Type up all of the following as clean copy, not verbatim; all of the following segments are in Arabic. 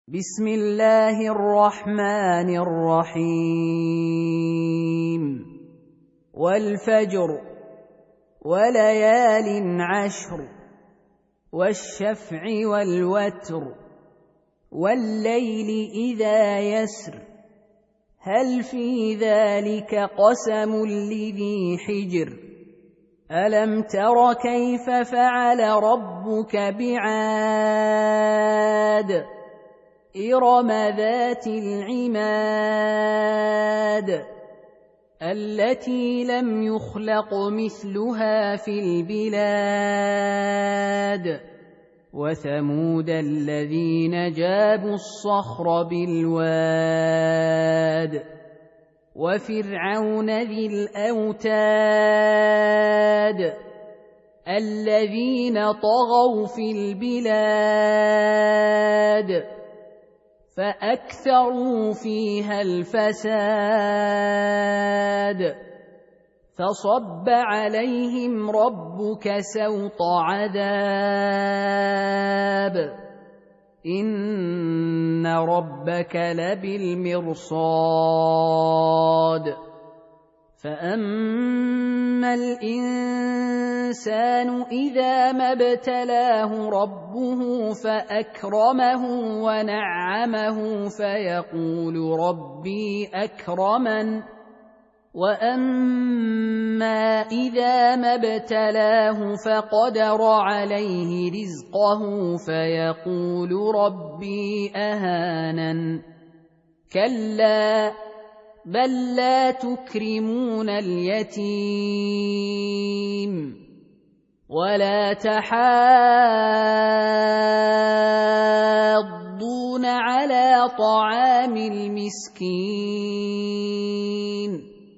بسم الله الرحمن الرحيم والفجر وليال عشر والشفع والوتر والليل إذا يسر هل في ذلك قسم لذي حجر ألم تر كيف فعل ربك بعاد إرم ذات العماد التي لم يخلق مثلها في البلاد وثمود الذين جابوا الصخر بالواد وفرعون ذي الأوتاد الذين طغوا في البلاد فأكثروا فيها الفساد فصب عليهم ربك سوط عذاب إن ربك لبالمرصاد فأما الإنسان إذا ما ابتلاه ربه فأكرمه ونعمه فيقول ربي أكرمن وأما إذا ما ابتلاه فقدر عليه رزقه فيقول ربي أهانن كلا بل لا تكرمون اليتيم ولا تحاضون على طعام المسكين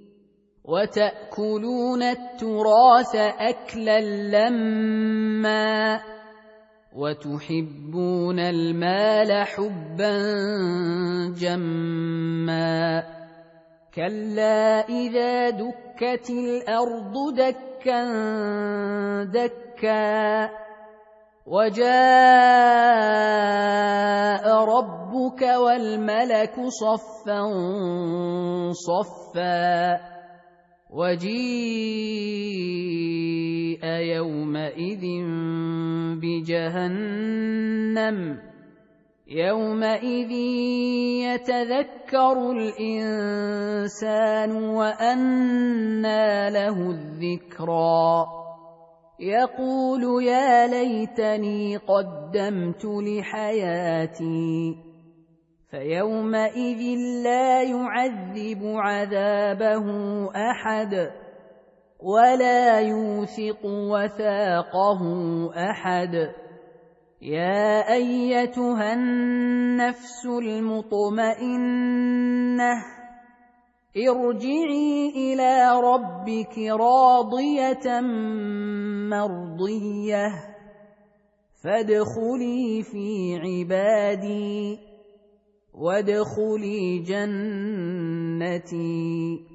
وتأكلون التراث أكلا لما وتحبون المال حبا جما كلا إذا دكت الأرض دكا دكا وجاء ربك والملك صفا صفا وجيء يومئذ بجهنم يومئذ يتذكر الإنسان وأنى له الذكرى يقول يا ليتني قدمت لحياتي فيومئذ لا يعذب عذابه أحد ولا يوثق وثاقه أحد يا أيتها النفس المطمئنة ارجعي إلى ربك راضية مرضية فادخلي في عبادي وادخلي جنتي.